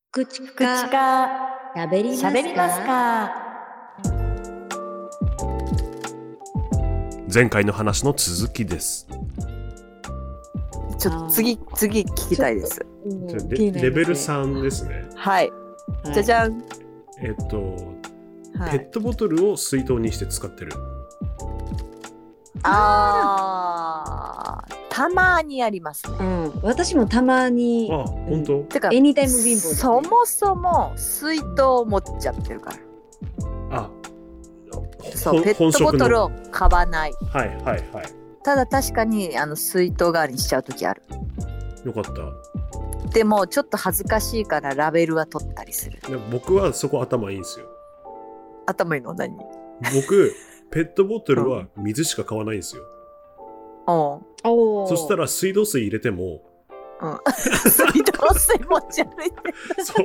口口か喋り喋りますか。 前回の話の続きです。 ちょっと次聞きたいです。 じゃあレベル3ですね。 はい、じゃじゃん。 ペットボトルを水筒にして使ってる。 たまにありますね。 私もたまに。 本当？ てかエニタイム貧乏、ね、 そもそも水筒を持っちゃってるから。そうペットボトルを買わない。 はいはいはい。 ただ確かに水筒代わりにしちゃうときある。 よかった。 でもちょっと恥ずかしいからラベルは取ったりする。 僕はそこ頭いいんですよ。 頭いいの？何？ 僕ペットボトルは水しか買わないんですよ。そしたら水道水入れても、 水道水持ち歩いてる。 そう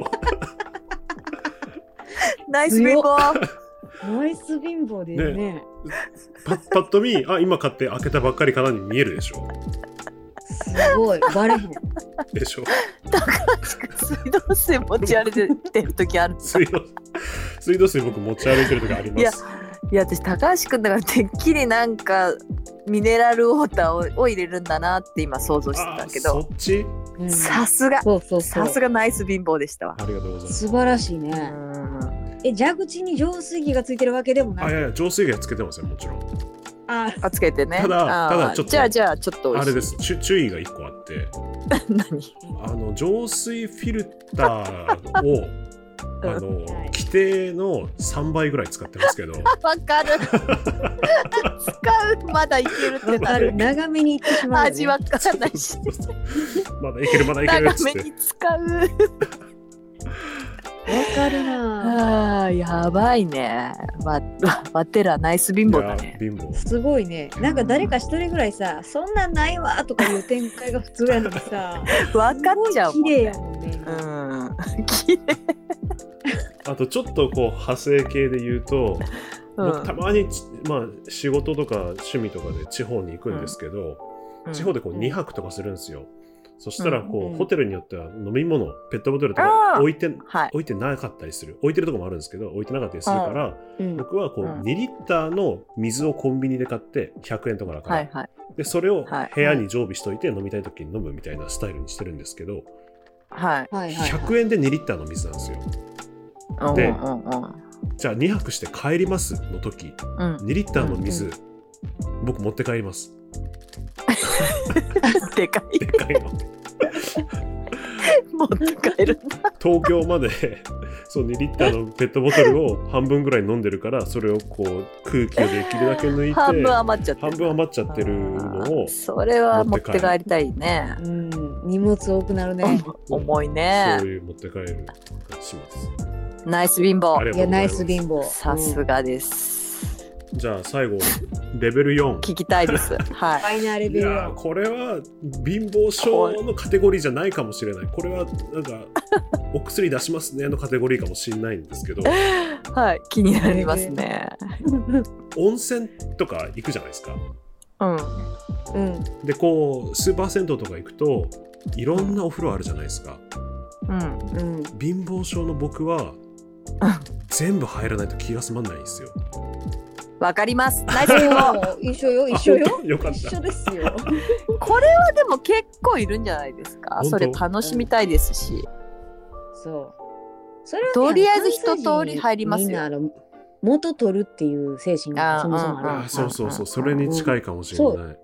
ナイス貧乏。 ナイス貧乏だよね。 パッと見今買って開けたばっかりかなに見えるでしょ。 すごいバレへんでしょ。 高橋くん水道水持ち歩いてる時ある。 水道水僕持ち歩いてる時あります。 いや私高橋くんだからてっきりなんかミネラルウォーターを入れるんだなって今想像してたけど、 そっち？ さすがさすがナイス貧乏でしたわ。 ありがとうございます。 素晴らしいね。蛇口に浄水器がついてるわけでもない。 いや浄水器はつけてますよ、もちろん。 つけてね。 ただちょっとじゃあちょっとあれです。注意が1個あって。 何？ 浄水フィルターを規定の3倍ぐらい使ってますけど。 わかる。使うまだいけるってなる。 長めにいってしまう、ね。 味わかんないし。 まだいけるっつって。 長めに使う。 わかるな。 やばいね。わてらナイス貧乏だね。 貧乏。 すごいね。なんか誰か一人ぐらいさ、そんなんないわとかいう展開が普通やのにさ、 わかっちゃうもんね。 綺麗やもんね。 綺麗。 あとちょっと派生系で言うと、僕たまに仕事とか趣味とかで地方に行くんですけど、地方で2泊とかするんですよ。そしたらホテルによっては飲み物ペットボトルとか置いてなかったりする。置いてるとこもあるんですけど置いてなかったりするから、僕は2リッターの水をコンビニで買って100円とかだから、でそれを部屋に常備しといて飲みたい時に飲むみたいなスタイルにしてるんですけど、100円で2リッターの水なんですよ。で、じゃあ2泊して帰りますの時、2リッターの水、僕持って帰ります。 でかいの持って帰るんだ。 東京までそう2リッターのペットボトルを半分ぐらい飲んでるから、それを空気をできるだけ抜いて半分余っちゃってるのをそれは持って帰りたいね。 荷物多くなるね。 重いね。 そういう持って帰るします。 ナイス貧乏。 いやナイス貧乏。 さすがです。 じゃあ最後レベル4 聞きたいです。はい。 ファイナルレベル4。 これは貧乏症のカテゴリーじゃないかもしれない。これはなんかお薬出しますねのカテゴリーかもしれないんですけど、 はい、気になりますね。 温泉とか行くじゃないですか。でスーパー銭湯とか行くといろんなお風呂あるじゃないですか。貧乏症の僕は全部入らないと気が済まないんですよ。 わかります。ナイス貧乏。 一緒よ。 よかった。 一緒ですよ。 これはでも結構いるんじゃないですか。それ楽しみたいですし。 そう。それは、ね、 とりあえず一通り入りますよ。みんな元取るっていう精神がそもそもある。 そうそれに近いかもしれない。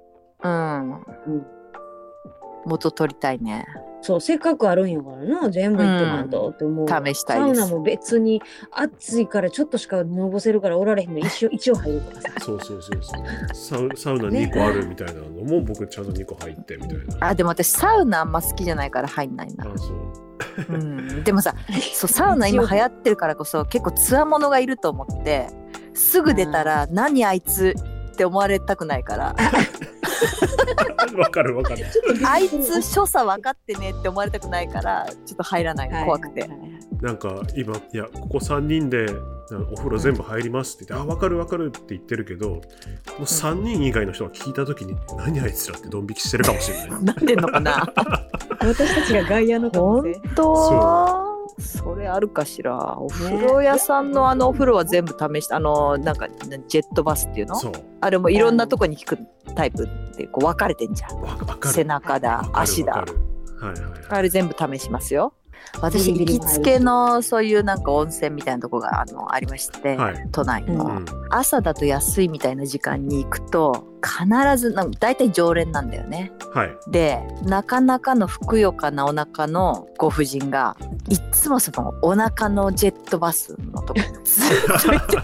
元取りたいね。 そうせっかくあるんやからな、全部行ってなんとって思う。 試したいです。 サウナも別に暑いからちょっとしかのぼせるからおられへんの一応入るからさ。 そうサウナ2個あるみたいなのも僕ちゃんと2個入ってみたいな。 でも私サウナあんま好きじゃないから入んないな。でもさ、サウナ今流行ってるからこそ結構つわものがいると思ってすぐ出たら何あいつって思われたくないから。 わかるあいつ所作分かってねって思われたくないからちょっと入らないの怖くて。 なんか今ここ3人でお風呂全部入りますって言って、分かるって言ってるけど、もう3人以外の人が聞いた時に何あいつらってドン引きしてるかもしれない。 なってんのかな。 私たちが外野の可能性。 本当れあるかしら。お風呂屋さんのお風呂は全部試したなんかジェットバスっていうの、 そうあれもいろんなとこに効くタイプでこう分かれてんじゃん。背中だ足だ、 はいはいはい、 あれ全部試しますよ。私行きつけのそういうなんか温泉みたいなとこがありまして、はい、都内の、朝だと安いみたいな時間に行くと必ずなんか大体常連なんだよね、はい、でなかなかのふくよかなお腹のご婦人がいつもそのお腹のジェットバスのとこにずっといて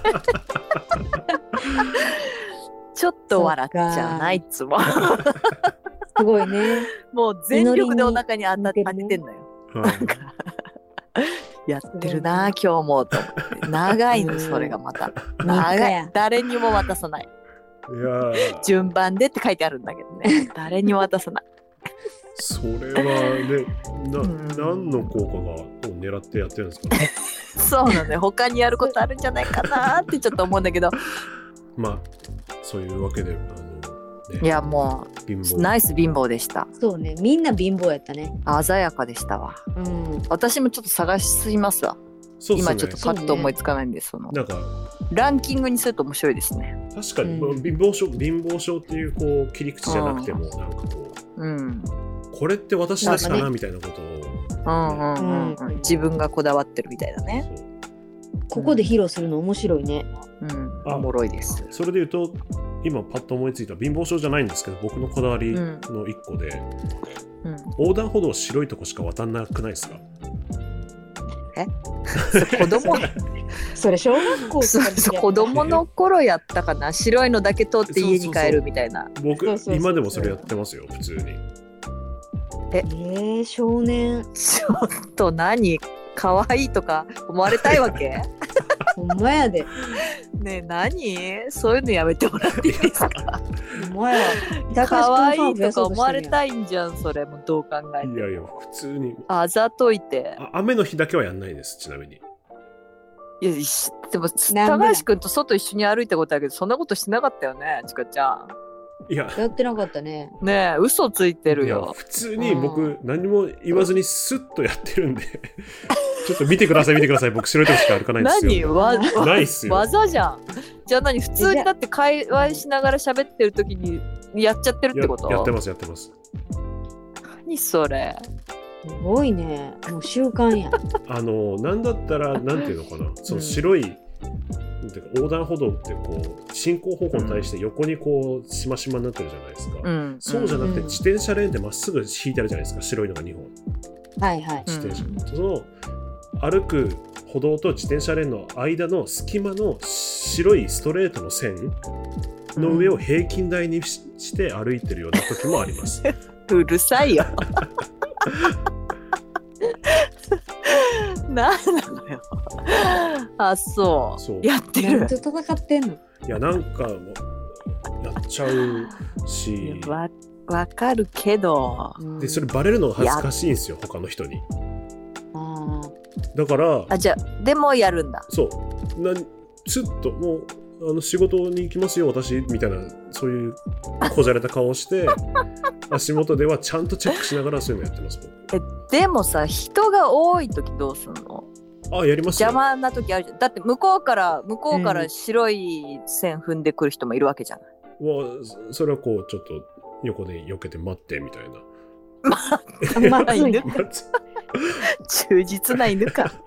ちょっと笑っちゃうな、いつもすごいね。 もう全力でお腹に当ててんのよ。なんかやってるな今日もと思って。長いのそれがまた長い。誰にも渡さない。いや順番でって書いてあるんだけどね。誰にも渡さない。 それはね、何の効果を狙ってやってるんですかね。 そうなのね。他にやることあるんじゃないかなってちょっと思うんだけど。 まあそういうわけでね、 いやもうナイス貧乏でした。 そうね、みんな貧乏やったね。 鮮やかでしたわ、私もちょっと探しますわ。そうっすね、今ちょっとパッと思いつかないんで、なんかランキングにすると面白いですね。 確かに、貧乏症っていうこう切り口じゃなくても、なんかこう、これって私だかなみたいなことを、 自分がこだわってるみたいなね。 ここで披露するの面白いね。 おもろいです。 それで言うと今パッと思いついた貧乏症じゃないんですけど、僕のこだわりの一個で、横断歩道白いとこしか渡んなくないですか？ 子供それ小学校とか子供の頃やったかな。白いのだけ通って家に帰るみたいな。 僕今でもそれやってますよ普通に。少年ちょっと何可愛いとか思われたいわけ？ ほんまやで。 ねえ何？そういうのやめてもらっていいですか？ ほんまや。 可愛いとか思われたいんじゃんそれもどう考えても。 いやいや普通に。 あざといて。 雨の日だけはやんないですちなみに。 いやでも高橋くんと外一緒に歩いたことあるけどそんなことしてなかったよねちかちゃん。 いややってなかったね。 ねえ嘘ついてるよ。 いや普通に僕何も言わずにスッとやってるんでちょっと見てください僕白いとこしか歩かないんですよ。ないっすよ。 技じゃん。じゃあ普通にだって会話しながら喋ってる時にやっちゃってるってこと？ やってます。 何それ。 すごいね。もう習慣や。 なんだったらなんていうのかな、その白い横断歩道ってこう進行方向に対して横にこうしましまになってるじゃないですか、そうじゃなくて自転車レーンでまっすぐ引いてあるじゃないですか、白いのが2本。 はいはい。 自転車、その歩く歩道と自転車レーンの間の隙間の白いストレートの線の上を平均台にして歩いてるような時もあります。 うるさいよ。なんなのよ。あ、そう。やってる。 ずっと戦ってんの。 いや、なんかやっちゃうし。 わかるけど。 で、それバレるのが恥ずかしいんですよ、他の人に。だから。 あ、じゃあでもやるんだ。 そう。ちょっともう仕事に行きますよ私みたいな、そういうこじゃれた顔して足元ではちゃんとチェックしながらそういうのやってます。 でもさ、人が多い時どうすんの？ やりますよ。 邪魔な時あるじゃん。だって向こうから白い線踏んでくる人もいるわけじゃない。 それはこうちょっと横で避けて待ってみたいな。 まあ犬か。忠実な犬か。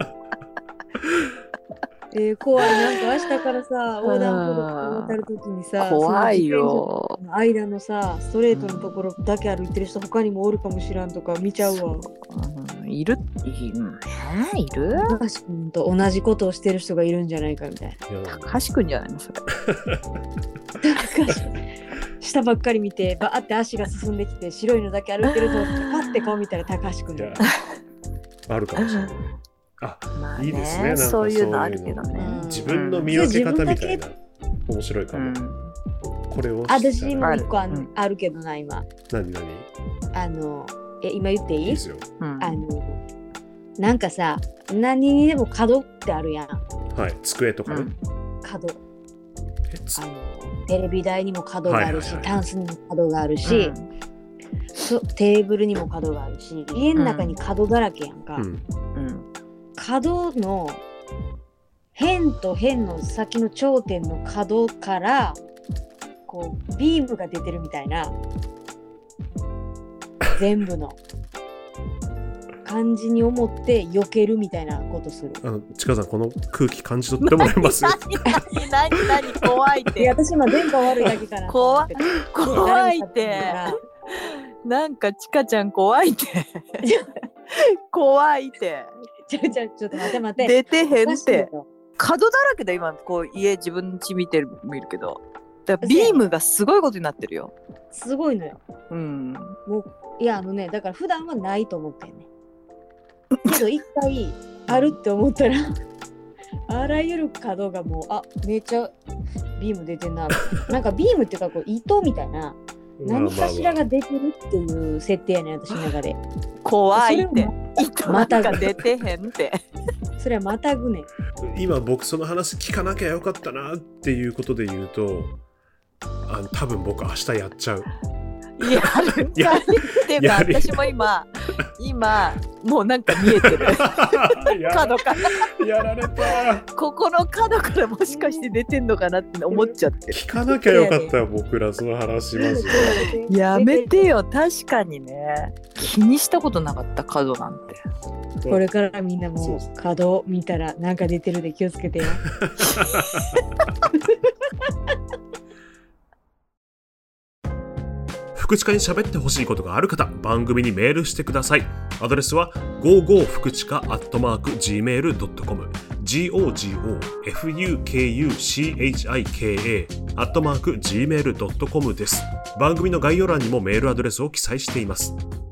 怖い。なんか明日からさ、横断歩道を渡るときにさ、 怖いよ。 間のさ、ストレートのところだけ歩いてる人他にもおるかもしらんとか見ちゃうわ。 いる？いる？ 高橋くんと同じことをしてる人がいるんじゃないかみたいな。 高橋くんじゃないのそれ。 下ばっかり見てバーって足が進んできて白いのだけ歩いてるとパッて顔見たら高橋くんだよ。 あるかもしれない。 まあね、いいですね。そういうのあるけどね。 自分の見分け方みたいな面白いかも。これを私も一個あるけどな今。 何？ 今言っていい？ いいですよ。 なんかさ、何にでも角ってあるやん。 はい、机とかね。 角。テレビ台にも角があるし、タンスにも角があるし、テーブルにも角があるし、家の中に角だらけやんか。 角の辺と辺の先の頂点の角からこうビームが出てるみたいな全部の感じに思って避けるみたいなことする。 ちかさんこの空気感じ取ってもらえます何怖いって。 いや私今電波悪いだけかな。 怖いって。なんかちかちゃん怖いって。怖いって。 ちょっと待て。 出てへんって。角だらけで今こう自分家見るけど。だからビームがすごいことになってるよ。 すごいのよ。 うん。 もういやだから普段はないと思ってんね。けど一回あるって思ったらあらゆる角がもうめっちゃビーム出てんな。なんかビームっていうかこう糸みたいな何かしらが出てるっていう設定やね私の中で。 怖いって。糸またが出てへんって。 それはまたぐねん。 今僕その話聞かなきゃよかったなっていうことで言うと多分僕明日やっちゃう。 やるっていうか私も今もうなんか見えてる角からやられた。 ここの角からもしかして出てんのかなって思っちゃってる。 聞かなきゃよかったよ僕らその話マジで。やめてよ。確かにね気にしたことなかった角なんて。 これからみんなもう角見たらなんか出てるで気をつけてよ。 福知課に喋ってほしいことがある方、番組にメールしてください。アドレスは55福知課@gmail.com gogofukuchika@gmail.com です。番組の概要欄にもメールアドレスを記載しています。